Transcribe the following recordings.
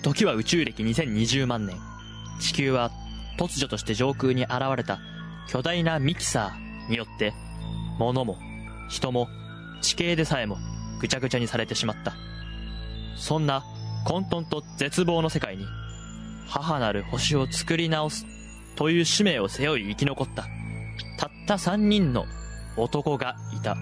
時は宇宙歴2020万年。地球は突如として上空に現れた巨大なミキサーによって物も人も地形でさえもぐちゃぐちゃにされてしまった。そんな混沌と絶望の世界に母なる星を作り直すという使命を背負い生き残ったたった3人の男がいた。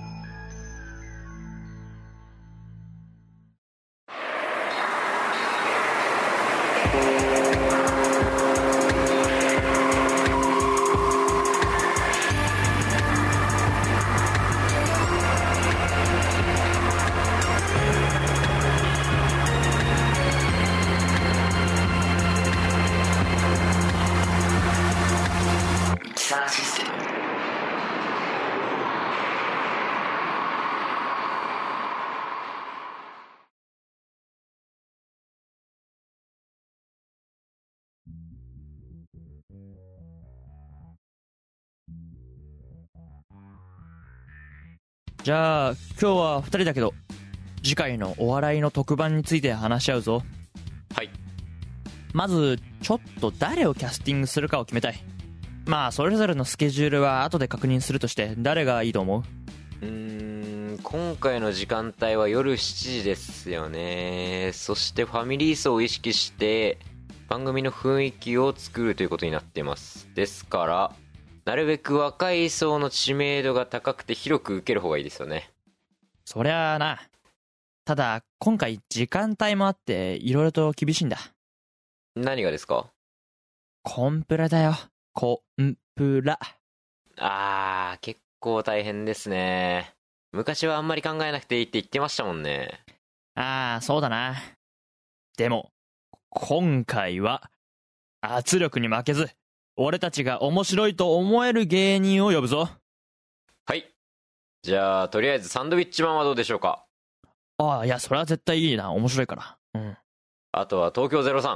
じゃあ今日は2人だけど次回のお笑いの特番について話し合うぞ。 はい。 まずちょっと誰をキャスティングするかを決めたい。まあそれぞれのスケジュールは後で確認するとして誰がいいと思う？ 今回の時間帯は夜7時ですよね。そしてファミリー層を意識して番組の雰囲気を作るということになっています。ですからなるべく若い層の知名度が高くて広く受ける方がいいですよね。 そりゃあな。ただ今回時間帯もあっていろいろと厳しいんだ。 何がですか？ コンプラだよ。コンプラ。 結構大変ですね。昔はあんまり考えなくていいって言ってましたもんね。 そうだな。でも今回は圧力に負けず俺たちが面白いと思える芸人を呼ぶぞ。 はい。じゃあとりあえずサンドウィッチマンはどうでしょうか？ いやそれは絶対いいな。面白いから。 あとは東京03。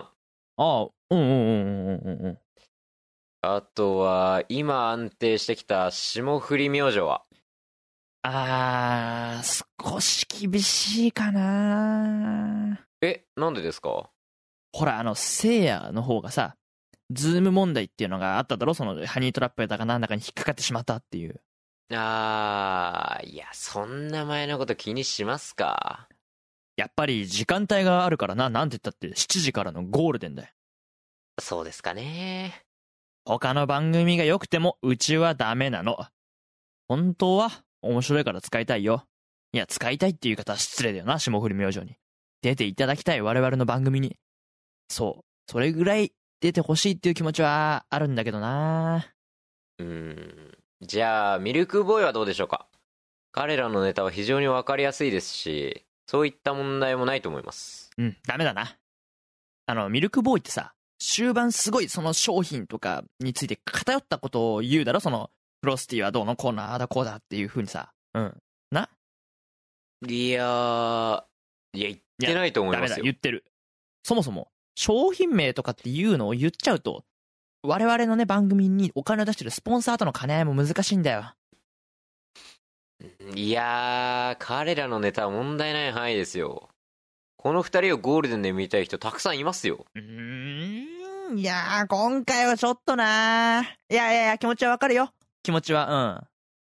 あとは今安定してきた霜降り明星は？ 少し厳しいかな。 なんでですか？ ほらせいやの方がさズーム問題っていうのがあっただろ。そのハニートラップだかなんだかに引っかかってしまったっていう。 いやそんな前のこと気にしますか？ やっぱり時間帯があるからな。なんて言ったって7時からのゴールデンだよ。 そうですかね。 他の番組が良くてもうちはダメなの。本当は面白いから使いたいよ。いや使いたいっていう方は失礼だよな。霜降り明星に出ていただきたい我々の番組に。それぐらい出てほしいっていう気持ちはあるんだけどな。 じゃあミルクボーイはどうでしょうか？彼らのネタは非常に分かりやすいですしそういった問題もないと思います。 ダメだな。ミルクボーイってさ終盤すごいその商品とかについて偏ったことを言うだろ。そのフロスティはどうのこうのあだこうだっていう風にさ。 いや言ってないと思いますよ。 ダメだ言ってる。そもそも商品名とかっていうのを言っちゃうと我々のね番組にお金を出してるスポンサーとの兼ね合いも難しいんだよ。 いや彼らのネタは問題ない範囲ですよ。この2人をゴールデンで見たい人たくさんいますよ。 いや今回はちょっとないや気持ちはわかるよ。気持ちは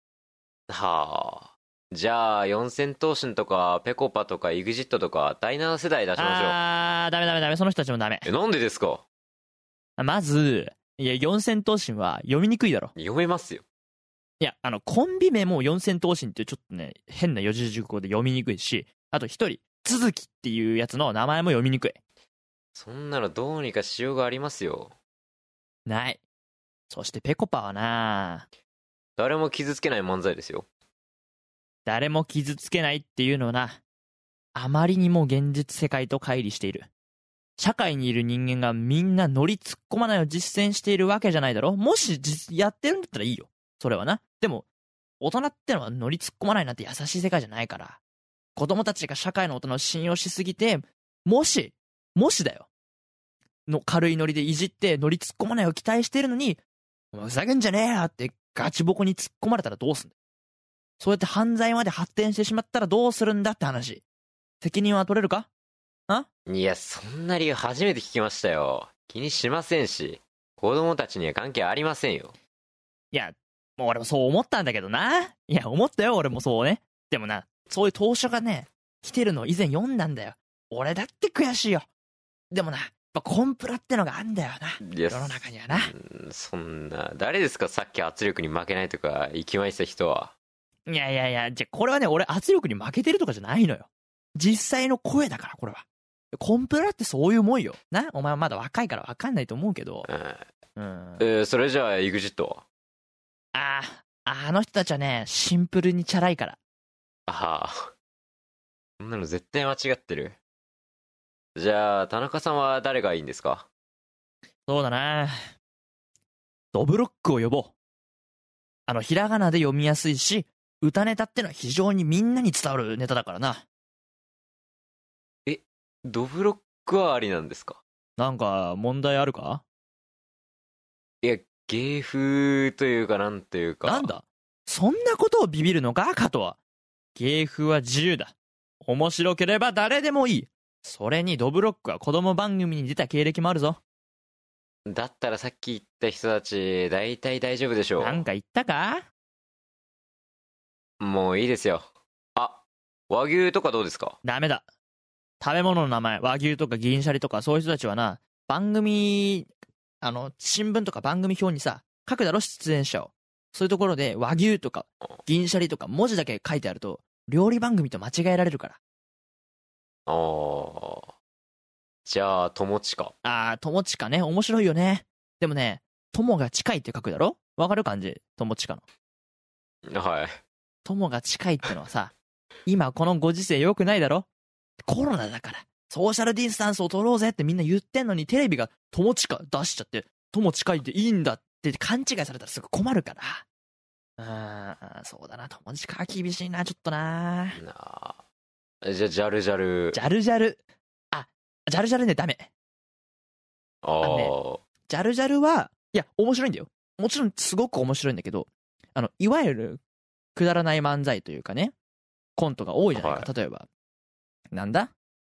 じゃあ四千頭身とかペコパとか EXIT とか第7世代出しましょう。 ダメその人たちもダメ。 なんでですか？ まず四千頭身は読みにくいだろ。 読めますよ。 いやコンビ名も四千頭身ってちょっとね変な四字熟語で読みにくいし、あと一人続きっていうやつの名前も読みにくい。 そんなのどうにかしようがありますよ。 ない。そしてペコパはな誰も傷つけない漫才ですよ。 誰も傷つけないっていうのはなあまりにも現実世界と乖離している。社会にいる人間がみんな乗り突っ込まないを実践しているわけじゃないだろ。もしやってるんだったらいいよそれはな。でも大人ってのは乗り突っ込まないなんて優しい世界じゃないから。子供たちが社会の大人を信用しすぎてもしだよの軽いノリでいじって乗り突っ込まないを期待してるのにお前ふざけんじゃねえよってガチボコに突っ込まれたらどうすんだよ。そうやって犯罪まで発展してしまったらどうするんだって話。責任は取れるか？ いや、そんな理由初めて聞きましたよ。気にしませんし、子供たちには関係ありませんよ。 いや、もう俺もそう思ったんだけどな。いや、思ったよ、俺もそうね。でもな、そういう投書がね、来てるのを以前読んだんだよ。俺だって悔しいよ。でもな、やっぱコンプラってのがあんだよな。 いや、 世の中にはな。 そんな、誰ですか、さっき圧力に負けないとか、息巻いてた人は。 いやいやいや、じゃ、これはね、俺圧力に負けてるとかじゃないのよ。実際の声だから、これは。コンプラってそういうもんよ。な、お前はまだ若いから分かんないと思うけど。うん。 それじゃあ EXIT は？ あの人たちはね、シンプルにチャラいから。 ああ、そんなの絶対間違ってる。じゃあ、田中さんは誰がいいんですか？ そうだな。ドブロックを呼ぼう。ひらがなで読みやすいし、歌ネタってのは非常にみんなに伝わるネタだからな。 ドブロックはありなんですか？ なんか、問題あるか？ いや、芸風というか、なんというか。 なんだ？そんなことをビビるのか、加藤は。芸風は自由だ。面白ければ誰でもいい。それにドブロックは子供番組に出た経歴もあるぞ。 だったらさっき言った人たち、大体大丈夫でしょう。 なんか言ったか？ もういいですよ。あ、和牛とかどうですか？ ダメだ。食べ物の名前、和牛とか銀シャリとかそういう人たちはな、番組、新聞とか番組表にさ、書くだろ、出演者を。そういうところで和牛とか銀シャリとか文字だけ書いてあると、料理番組と間違えられるから。 あー。じゃあ、友近。 友近ね、面白いよね。でもね、友が近いって書くだろ？わかる感じ？友近の。 はい。 友が近いってのはさ、今このご時世良くないだろ？コロナだから、ソーシャルディスタンスを取ろうぜってみんな言ってんのに、テレビが友近出しちゃって、友近いっていいんだって勘違いされたらすぐ困るから。そうだな、友近は厳しいな、ちょっとな。 じゃあ、ジャルジャル。 ジャルジャル。ジャルジャルね、ダメ。 ね、 ジャルジャルは、いや、面白いんだよ。もちろんすごく面白いんだけど、いわゆる、くだらない漫才というかね、コントが多いじゃないか。例えば、なんだ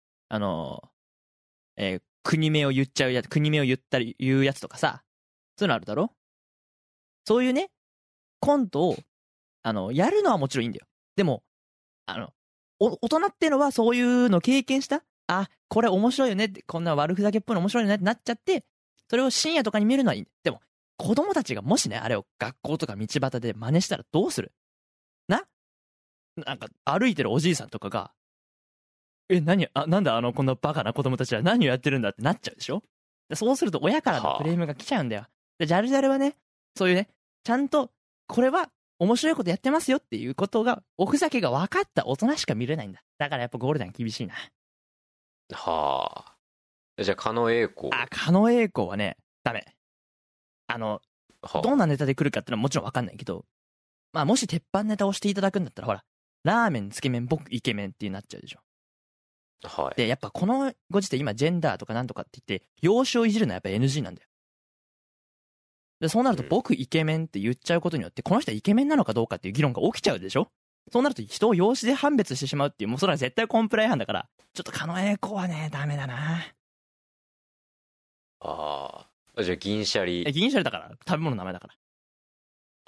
国名を言っちゃうやつ、国名を言うやつとかさ、そういうのあるだろ？そういうね、コントを、やるのはもちろんいいんだよ。でも、大人ってのはそういうの経験した？これ面白いよねって、こんな悪ふざけっぽいの面白いよねってなっちゃって、それを深夜とかに見るのはいい。でも、子供たちがもしね、あれを学校とか道端で真似したらどうする？なんか、歩いてるおじいさんとかが、なんだこんなバカな子供たちは何をやってるんだってなっちゃうでしょ？そうすると親からのクレームが来ちゃうんだよ。で、ジャルジャルはね、そういうね、ちゃんと、これは面白いことやってますよっていうことが、おふざけが分かった大人しか見れないんだ。だからやっぱゴールデン厳しいな。 はあ。じゃあ、狩野英孝。 狩野英孝はね、ダメ。どんなネタで来るかってのはもちろん分かんないけど、まあもし鉄板ネタをしていただくんだったら、ほら、ラーメン、つけ麺、僕、イケメンってなっちゃうでしょ。 はい。 で、やっぱこのご時世今ジェンダーとかなんとかって言って、容姿をいじるのはやっぱ NG なんだよ。で、そうなると僕イケメンって言っちゃうことによって、この人はイケメンなのかどうかっていう議論が起きちゃうでしょ？そうなると人を容姿で判別してしまうっていう、もうそれは絶対コンプラ違反だから、ちょっと狩野英孝はね、ダメだな。 じゃあ銀シャリ。 銀シャリだから、食べ物の名前だから。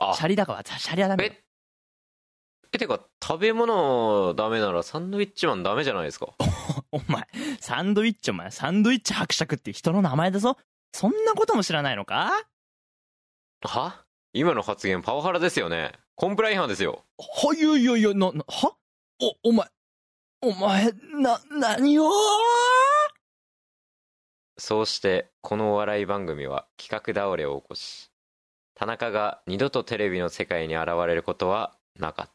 シャリだから、シャリはダメ。 てか、食べ物ダメならサンドウィッチマンダメじゃないですか。 お前、サンドウィッチ伯爵っていう人の名前だぞ。そんなことも知らないのか？ は？今の発言パワハラですよね。コンプラ違反ですよ。 いやいやいや、は？お前、何を？ そうして、このお笑い番組は企画倒れを起こし、田中が二度とテレビの世界に現れることはなかった。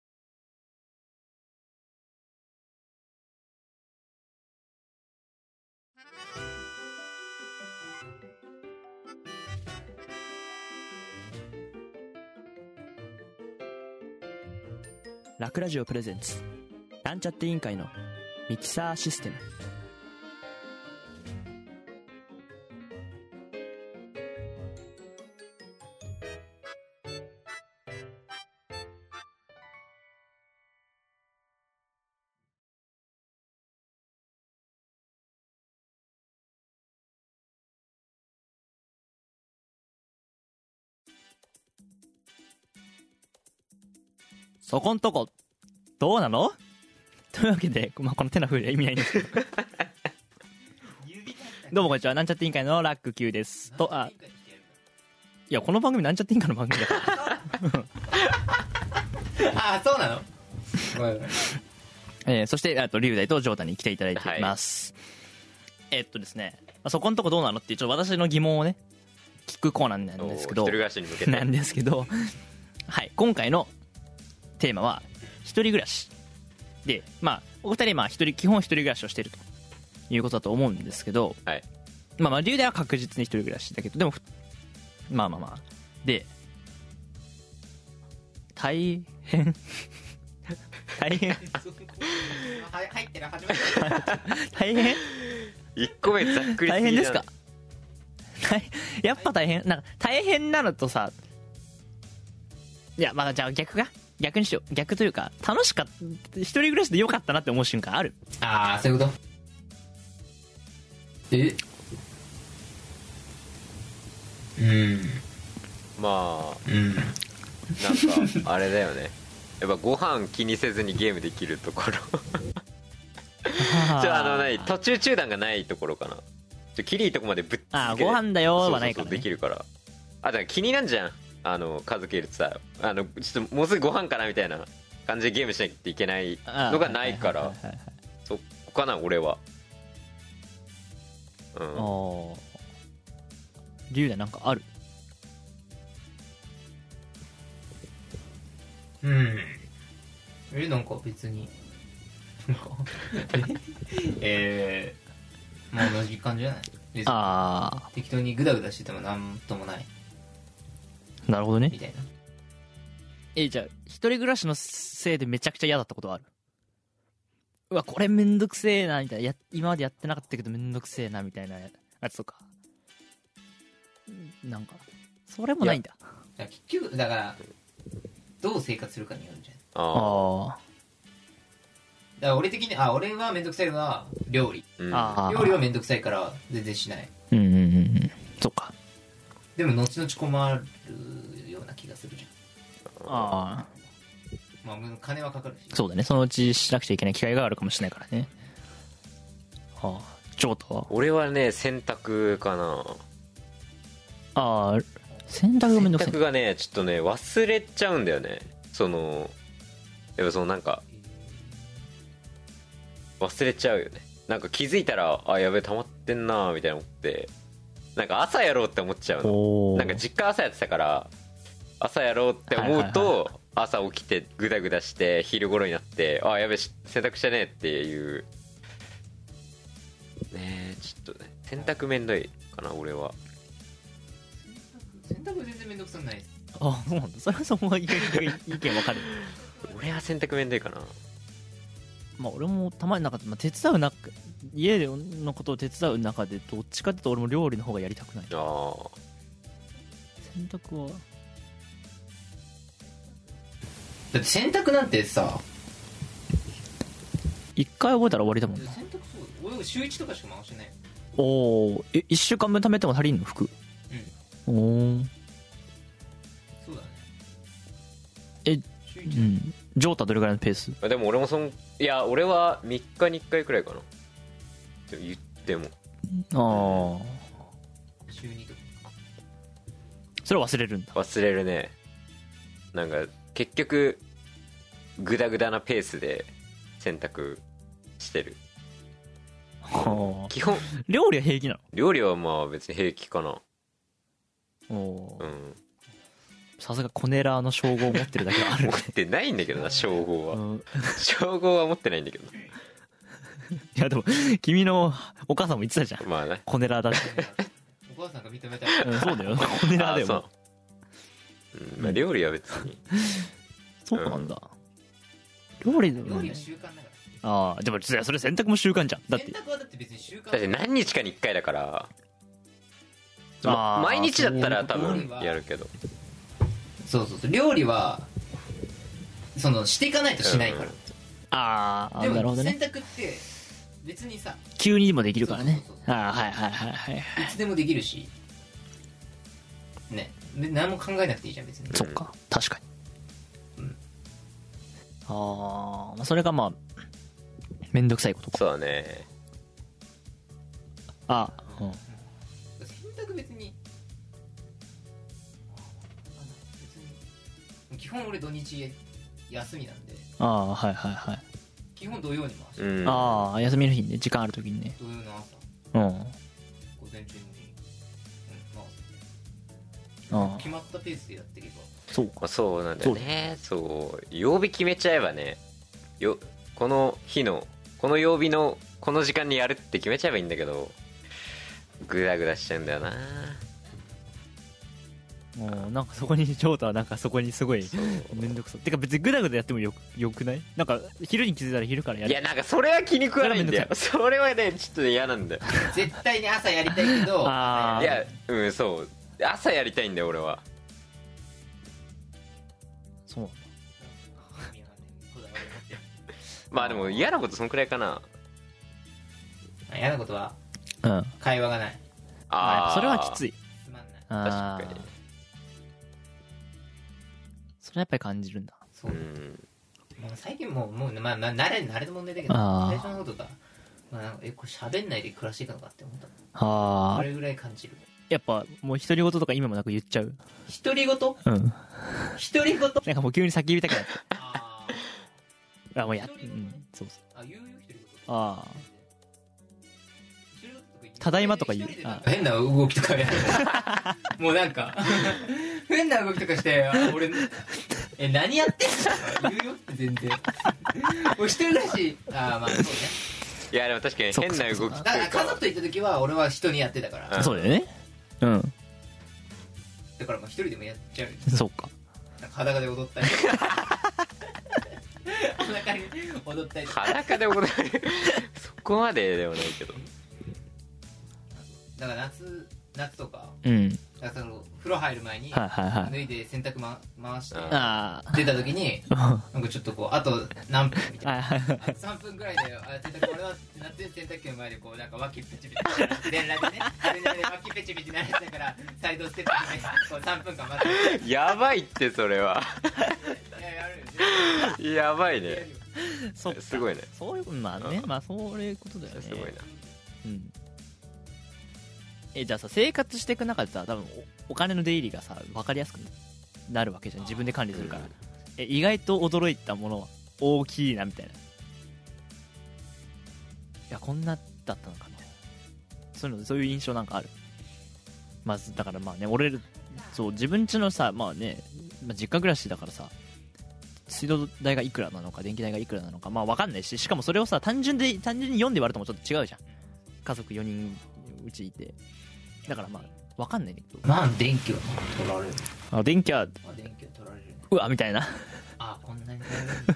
ラクラジオプレゼンツなんちゃって委員会のミキサーシステム。 そこんとこどうなのというわけで、この手の振りは意味ないんですけどどうもこんにちは、なんちゃって委員会のラック Q ですと、いやこの番組なんちゃって委員会の番組だからあ、そうなの。ごめんごめん。 そして龍大とジョータに来ていただいています、ですね、そこんとこどうなのっていうちょっと私の疑問をね聞くコーナーなんですけど、 一人暮らしに向けてなんですけどはい、今回のテーマは一人暮らしで、お二人基本一人暮らしをしているということだと思うんですけど、 はい、 龍大は確実に一人暮らしだけど、でもで大変大変入ってる、始まる。 大変 1個目ざっくりすぎだな。 大変ですかやっぱ大変なんか大変なのとさ、いやじゃあ逆にしよう。逆というか楽しかった一人暮らしでよかったなって思う瞬間ある？ ああ、そういうこと。 まあなんかあれだよね、やっぱご飯気にせずにゲームできるところ途中中断がないところかな。キリいとこまでぶっつけご飯だよはないからね。 そうできるから。だから気になんじゃん、家族いるとさ、ちょっともうすぐご飯かなみたいな感じでゲームしなきゃいけないのがないから、そこかな俺は。 龍大なんかある？ なんか別にまあ同じ感じじゃない？別に適当にグダグダしててもなんともない。 なるほどね。 みたいな。じゃあ一人暮らしのせいでめちゃくちゃ嫌だったことある？うわこれめんどくせえなみたいな、今までやってなかったけどめんどくせえなみたいなやつとか、なんかそれもないんだ。 結局だからどう生活するかによるじゃん。だから俺的に俺はめんどくさいのは料理、料理はめんどくさいから全然しない。 そっか。 でも後々困るような気がするじゃん。金はかかるし。 そうだね、そのうちしなくちゃいけない機会があるかもしれないからね。ジョータは？ 俺はね洗濯かな。 洗濯がめんどくさい。 洗濯がねちょっとね忘れちゃうんだよね。やっぱなんか忘れちゃうよね。なんか気づいたらやべえ溜まってんなみたいな思って、なんか朝やろうって思っちゃうの。なんか実家朝やってたから朝やろうって思うと、朝起きてグダグダして昼頃になってやべえ洗濯してねっていうね。ちょっとね洗濯めんどいかな俺は。 洗濯全然めんどくさくないです。 そうなんだ。それはそこは意見分かる。 俺は洗濯めんどいかな。 俺もたまになんか手伝う中、家のことを手伝う中でどっちかっていうと俺も料理の方がやりたくない。洗濯はだって洗濯なんてさ一回覚えたら終わりだもんな。 洗濯そう俺週1とかしか回してない。 1週間分貯めても足りんの服？そうだね。 ジョータどれぐらいのペース？ でも俺もいや俺は3日に1回くらいかな。でも言っても週2とか。 それ忘れるんだ。 忘れるね。なんか結局グダグダなペースで洗濯してる。基本料理は平気なの？ 料理は別に平気かな。 さすがコネラーの称号を持ってるだけはある。 持ってないんだけどな称号は。称号は持ってないんだけど。 いやでも君のお母さんも言ってたじゃん。 ね、 コネラーだって。 お母さんが認めた。 そうだよ、コネラーだよ。 料理は別にそうなんだ。料理は習慣だから。 でもそれ洗濯も習慣じゃん。だって洗濯はだって別に習慣だって何日かに1回だから。毎日だったら多分やるけど。 そう料理はしていかないとしないから。でもなるほどね。 洗濯って別にさ急にもできるからね。 いつでもできるしね。で何も考えなくていいじゃん別に。 そっか、確かに。 ああ、それがまあめんどくさいことか。 そうだね。 あ、うん、 洗濯別に基本俺土日休みなんで、 ああ、はいはいはい。 基本土曜に回して、 うん。 ああ、休みの日にね、時間ある時にね。 土曜の朝うん。 午前中に、回すうん。 ああ、 決まったペースでやっていけばそうか。 まあ、そうなんだよね。そう曜日決めちゃえばね、この日のこの曜日のこの時間にやるって決めちゃえばいいんだけど、グダグダしちゃうんだよな。 もうなんかそこにジョータはなんかそこにすごいめんどくさい。てか別にグダグダやってもよくない？なんか昼に気づいたら昼からやる。 いや、なんかそれは気に食わないんだよ。それはねちょっと嫌なんだよ。 絶対に朝やりたいけどあーいや、うん、そう朝やりたいんだよ俺は。 そうなんだ。 まあでも嫌なことそんくらいかな。 嫌なことはうん。 会話がない、 それはきつい。 い。 つまんない、 ああ確かに。 それはやっぱり感じるんだ。 そうう、 ん。 もう最近もうまあ慣れの問題だけど、 あー最初のことが、まあ、なんかこれ喋んないで暮らしていくのかって思ったの。 ああ、 それぐらい感じる。 やっぱもう独り言とか今もなく言っちゃう。 独り言独うん。 り言なんかもう急に叫びたくなっあた。あ、もうやっ、 独り言うん、そうそう。 あ、言うよ、独り言。 ああ。 独り言とか言うただいまとか言う一人でなんか変な動きとかやる。もうなんか、変な動きとかして、俺、何やってんの言うよって全然。もう一人だし、まあそうね。 いやでも確かに変な動きというだから家族と行った時は俺は人にやってたから。 うんそうだよね。うん。 だからもう一人でもやっちゃうよ。 そうか。 なんか裸で踊ったり。裸で踊ったりとか。 裸で踊るそこまでではないけど。 だから夏とか、 うん。 だからその風呂入る前にはいはいはい。 脱いで洗濯、回してあ出た時にあ。 なんかちょっとこうあと何分みたいなはいはいはい。 3分ぐらいで洗濯俺は夏洗濯機の前でこうなんか脇ペチペチ電話でね電話で脇ペチペチ鳴らしながらサイドステップでねこう3分間待ってやばいってそれは。 いややるよやばいね。 やるよそっかすごいね。 そういう、まあね、まあそういうことだよね。 すごいな。 うん。じゃあさ、生活していく中でさ、多分お金の出入りがさ、分かりやすくなるわけじゃん。自分で管理するから。意外と驚いたものは大きいなみたいな。いや、こんなだったのかな。そういう印象なんかある。まず、だからまあね、そう、自分家のさ、まあね、実家暮らしだからさ、水道代がいくらなのか電気代がいくらなのかまあ分かんないし、しかもそれをさ単純に読んで言われてもちょっと違うじゃん。家族4人うちいて、だからまあ分かんないんだけど、 まあ電気は取られる電気はまあ電気は取られるねうわみたいな。 こんなに取られるんだ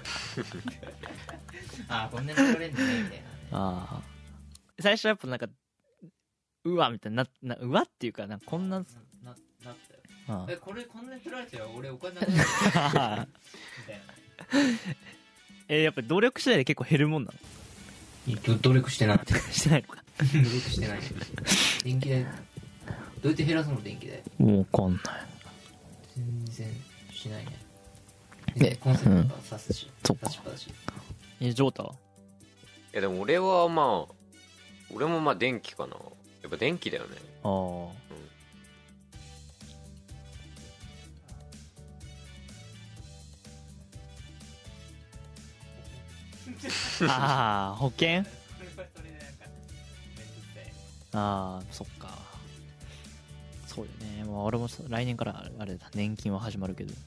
こんなに取られるんだねみたいな最初やっぱなんかうわみたいなうわっていうかなんかこんななったよこれこんなに取られちゃう俺お金なくなるみたいなやっぱ努力次第で結構減るもんなの？ 努力してないしてないのか。 努力してない電気代どうやって減らすの電気代もう分かんない。 全然しないねねコンセントとか挿すしそっか挿しっぱだしジョータは？ いやでも俺もまあ電気かな。やっぱ電気だよね。 保険？ それでなんかめんどくさいそっか。そうよね。もう俺も来年からあれだ、年金は始まるけど。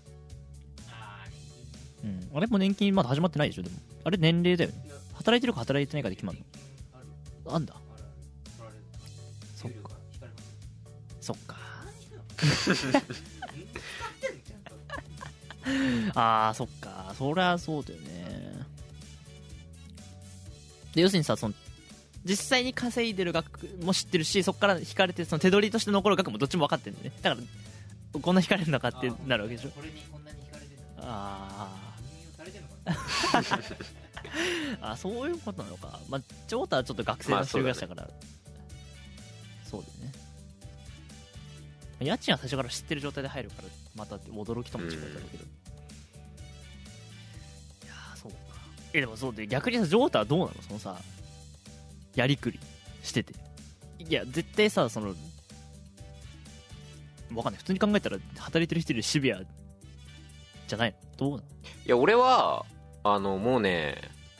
あれも年金まだ始まってないでしょ。でもあれ年齢だよね。働いてるか働いてないかで決まるの？あんだ。そっか。そっか。そっか。そりゃそうだよね。で要するにさ、実際に稼いでる額も知ってるし、そこから引かれてその手取りとして残る額もどっちも分かってるんだよね。だからこんな引かれるのかってなるわけでしょ。 これにこんなに引かれてるの運用されてるのかなそういうことなのか。まあジョータはちょっと学生の一人暮らしだから、そうだよね。家賃は最初から知ってる状態で入るからまた驚きとも違うだろうけど、いやでもそうで、逆にさジョータはどうなの、そのさやりくりしてて。いや絶対さ、そのわかんない、普通に考えたら働いてる人よりシビアじゃないの、どうなの。 いや俺はもうね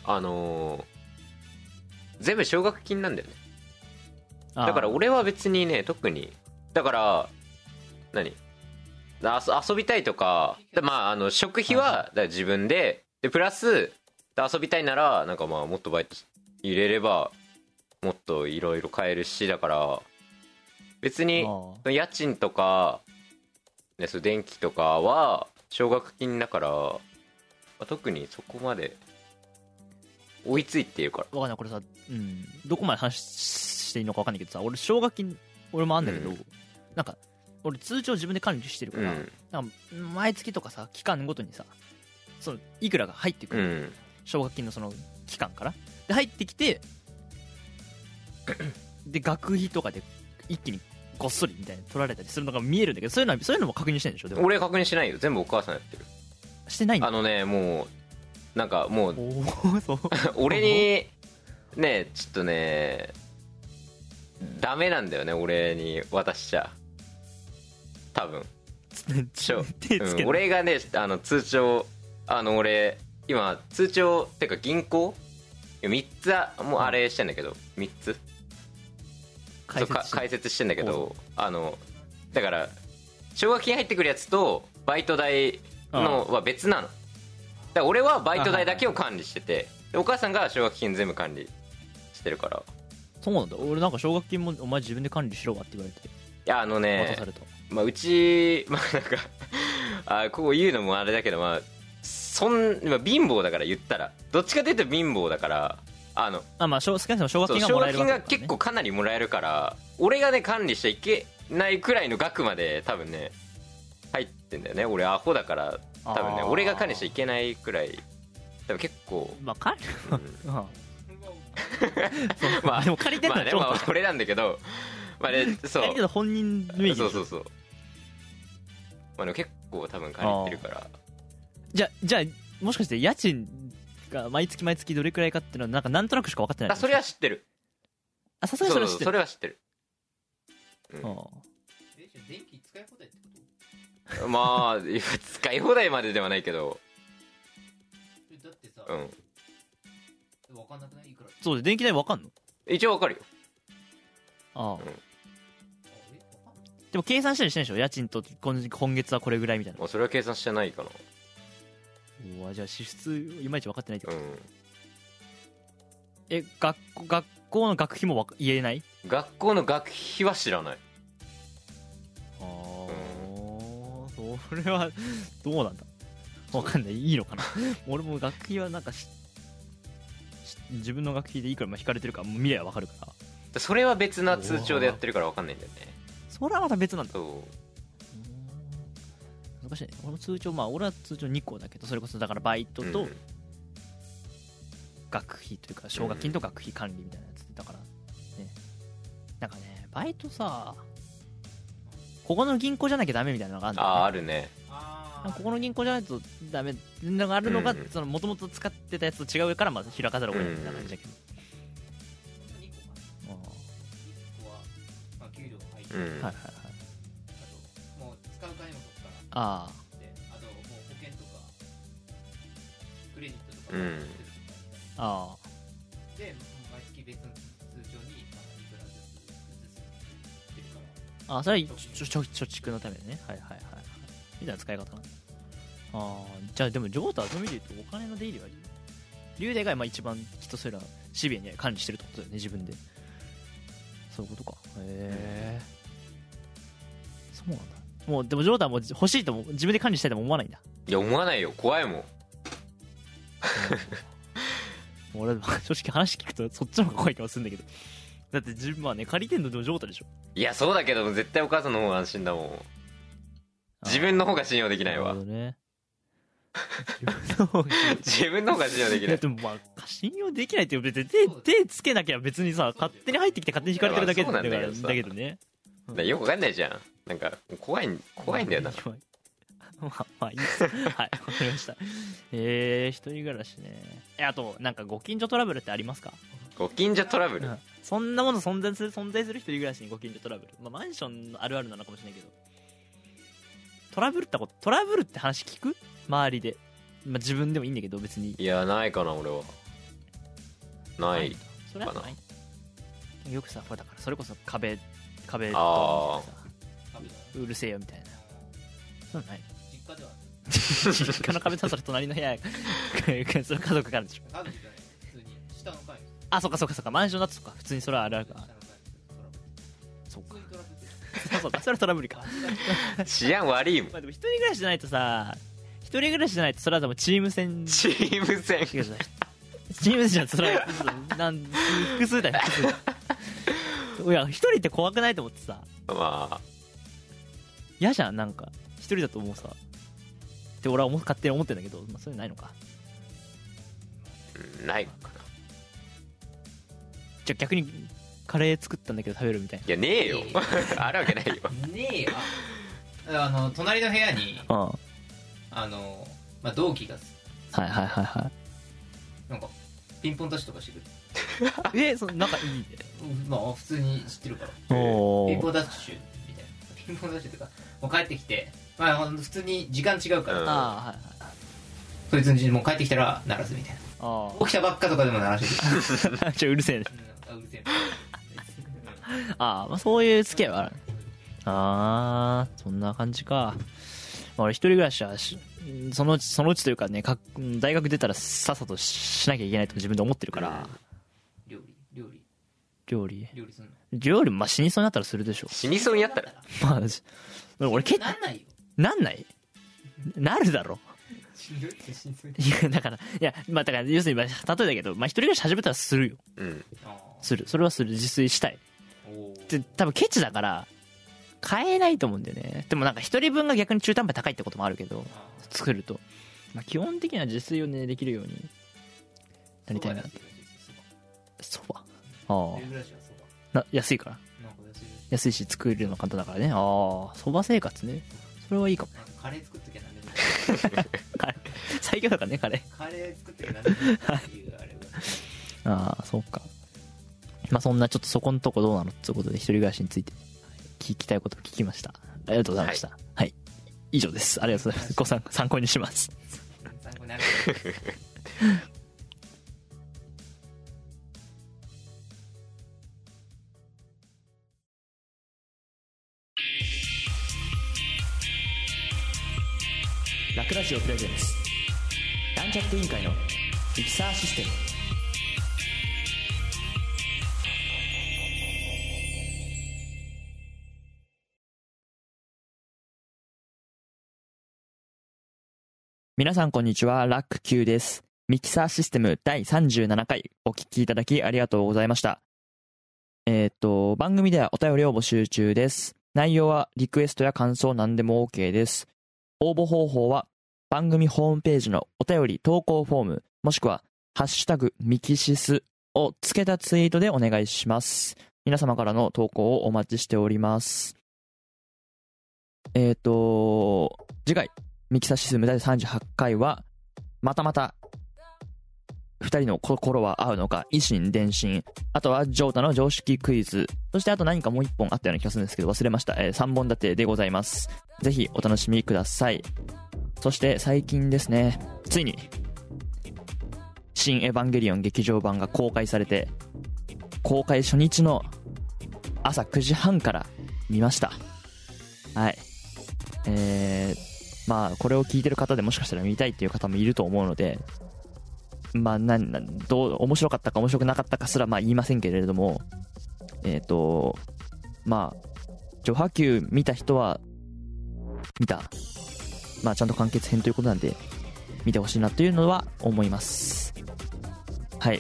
全部奨学金なんだよね。だから俺は別にね特に、だから何遊びたいとか、まあ食費はだから自分でプラス遊びたいならなんかまあもっとバイト入れればもっといろいろ買えるし、だから別に家賃とか、ね、そう電気とかは奨学金だから、まあ特にそこまで追いついているから。 わかんない、これさ、どこまで話していいのかわかんないけどさ、俺奨学金俺もあんだけど、なんか俺通帳自分で管理してるから、なんか毎月とかさ期間ごとにさ、そのいくらが入ってくる、奨学金のその期間からで入ってきてで学費とかで一気にごっそりみたいに取られたりするのが見えるんだけど、そういうのも確認してないんでしょ。でも俺確認しないよ、全部お母さんやってる。 してないんだ。 もうなんかもうそう俺にねちょっとねダメなんだよね、俺に渡しちゃ多分俺がね通帳俺今通帳ってか銀行3つもうあれしてんだけど、3つ解説してんだけど、だから奨学金入ってくるやつとバイト代のは別なの。だから俺はバイト代だけを管理してて、でお母さんが奨学金全部管理してるから。 そうなんだ。俺なんか奨学金もお前自分で管理しろわって言われて、 いや渡された。 まあうちまあなんかこう言うのもあれだけど、まあ貧乏だから、言ったらどっちかというと貧乏だから、 まあ少なくとも奨学金がもらえるわけだからね。奨学金が結構かなりもらえるから、俺がね管理しちゃいけないくらいの額まで多分ね入ってんだよね。俺アホだから多分ね、俺が管理しちゃいけないくらい多分結構、 まあ管理はまあでも借りてるのはでも俺なんだけど、まあね、そう借りてる本人の名義でしょ。 そうまあでも結構多分借りてるから。 じゃあもしかして家賃が毎月どれくらいかっていうのはなんとなくしか分かってない。 それは知ってる。 さすがにそれは知ってる。 それは知ってる。 電気使い放題ってこと？ まあ使い放題までではないけど、 だってさ、分かんなくない？いくら？ そうで電気代分かんの？ 一応分かるよ。 でも計算したりしてないでしょ、家賃と今月はこれぐらいみたいな。 それは計算してないかな。 じゃあ支出いまいち分かってないってこと？ 学校の学費も言えない？ 学校の学費は知らない。 それはどうなんだ、分かんない。いいのかな俺も学費はなんか自分の学費でいくら引かれてるかもう見れば分かるから。 それは別な通帳でやってるから分かんないんだよね。 それはまた別なんだ。 そう難しいね。俺も通帳、俺は通帳2個だけど、それこそだからバイトと学費というか奨学金と学費管理みたいなやつだからね。なんかねバイトさ、ここの銀行じゃなきゃダメみたいなのがあるんだよね。 あるね。 ここの銀行じゃないとダメのがあるのが、もともと使ってたやつと違うから開かざるを得ないみたいな感じだけど、 給料が入って、 はいはいはい。 あともう使う金もそこから、 あともう保険とかクレジットとかで毎月別の通帳にいくらずつ移してるから。 それは貯蓄のためでね。はいはいはいみたいな使い方なんだ。じゃあでもジョータはそういう意味で言うとお金の出入りは龍大が一番きっとそういうのはシビアに管理してるってことだよね、自分で。そういうことか。へえ。そうなんだ。もうでもジョータはもう欲しいとも自分で管理したいとも思わないんだ。 いや思わないよ、怖いもん。 俺正直話聞くとそっちの方が怖い気がするんだけど、だって自分はね借りてんのでもジョータでしょ。 いやそうだけど絶対お母さんの方が安心だもん。自分の方が信用できないわ。 なるほどね。 自分の方が信用できない。 でも信用できないって別に手つけなきゃ別にさ勝手に入ってきて勝手に引かれてるだけだけどね。 よくわかんないじゃん。なんか怖いんだよな。 まあいいですはい、わかりました。一人暮らしね。あとなんかご近所トラブルってありますか？ ご近所トラブル、 そんなもの存在する一人暮らしにご近所トラブル、まあ、マンションのあるあるなのかもしれないけど、トラブルって話聞く？周りで、まあ、自分でもいいんだけど別に。 いやないかな俺は。ないそれはない。よくさ、これだからそれこそ壁とかあうるせえよみたいな、そういうのない？ 実家では実家の壁とそれ隣の部屋それ家族からでしょ。 家族じゃない、普通に下の階、 あ、そっかマンションだとそっか、普通にそれはあるあるか。 下の階そうか普通にトラブルそうか、それはトラブルか。 治安悪いもん。 まあでも一人暮らしじゃないとさ、それはでもチーム戦。 チーム戦チーム戦じゃん、それは複数だよ、複数。いや、一人って怖くないと思ってさ、 まあ嫌じゃん、なんか一人だと思うさって俺は勝手に思ってんだけど、まあ、そういうのないのか。 ないかな。 じゃあ逆にカレー作ったんだけど食べるみたいな。 いやねえよあるわけないよ。 ねえよ。隣の部屋にうん、 まあ、同期がはいなんかピンポンタッチとかしてくるその仲いいね。 まあ普通に知ってるからおピンポンダッシュみたいな、ピンポンダッシュとかもう帰ってきて、まあ普通に時間違うから、 あはいそいつにもう帰ってきたら鳴らすみたいな、 あ起きたばっかとかでも鳴らしてくるじゃあうるせえね。 うるせえまあそういう付き合いはある。そんな感じか。まあ、俺一人暮らしはそのうちというかね、大学出たらさっさとしなきゃいけないと自分で思ってるから。 料理すんの？ 料理もまあ死にそうになったらするでしょ。 死にそうになったらまあ俺なんないよ。 なんないなるだろ。 死ぬって死にそうにいやだからまあだから要するに例えだけど、まあ一人暮らし始めたらするよ。する、それはする、自炊したい。で多分ケチだから買えないと思うんだよね。でもなんか一人分が逆に中途半端高いってこともあるけど、作ると、まあ、基本的には自炊をねできるようになりたいな。そば安いから安いし作れるの簡単だからね。そば生活ね、それはいいかも。 カレー作っときゃなんでも最強だからね、カレー作っときゃなんでもっていうあれはそうか。まあそんなちょっとそこのとこどうなのっていうことで一人暮らしについて聞きたいことを聞きました。ありがとうございました。はい、以上です。ありがとうございます。参考にします。 参考になるラクラジオプレゼンツランチャット委員会のミキサーシステム。皆さんこんにちは、ラック Q です。ミキサーシステム第37回お聞きいただきありがとうございました。番組ではお便りを募集中です。内容はリクエストや感想何でも OK です。応募方法は番組ホームページのお便り投稿フォーム、もしくはハッシュタグミキシスをつけたツイートでお願いします。皆様からの投稿をお待ちしております。次回ミキサーシステム第38回はまた2人の心は合うのか、以心伝心、あとはジョータの常識クイズ、そしてあと何かもう1本あったような気がするんですけど忘れました。3本立てでございます。ぜひお楽しみください。そして最近ですね、ついに新エヴァンゲリオン劇場版が公開されて、公開初日の朝9時半から見ました。はい。まあこれを聞いてる方でもしかしたら見たいっていう方もいると思うので、まあどう面白かったか面白くなかったかすらまあ言いませんけれども、まあ序波球見た人は見た、まあちゃんと完結編ということなんで見てほしいなというのは思います。はい、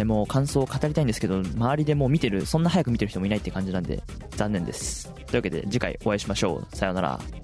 もう感想を語りたいんですけど、周りでもうそんな早く見てる人もいないって感じなんで残念です。というわけで次回お会いしましょう。さようなら。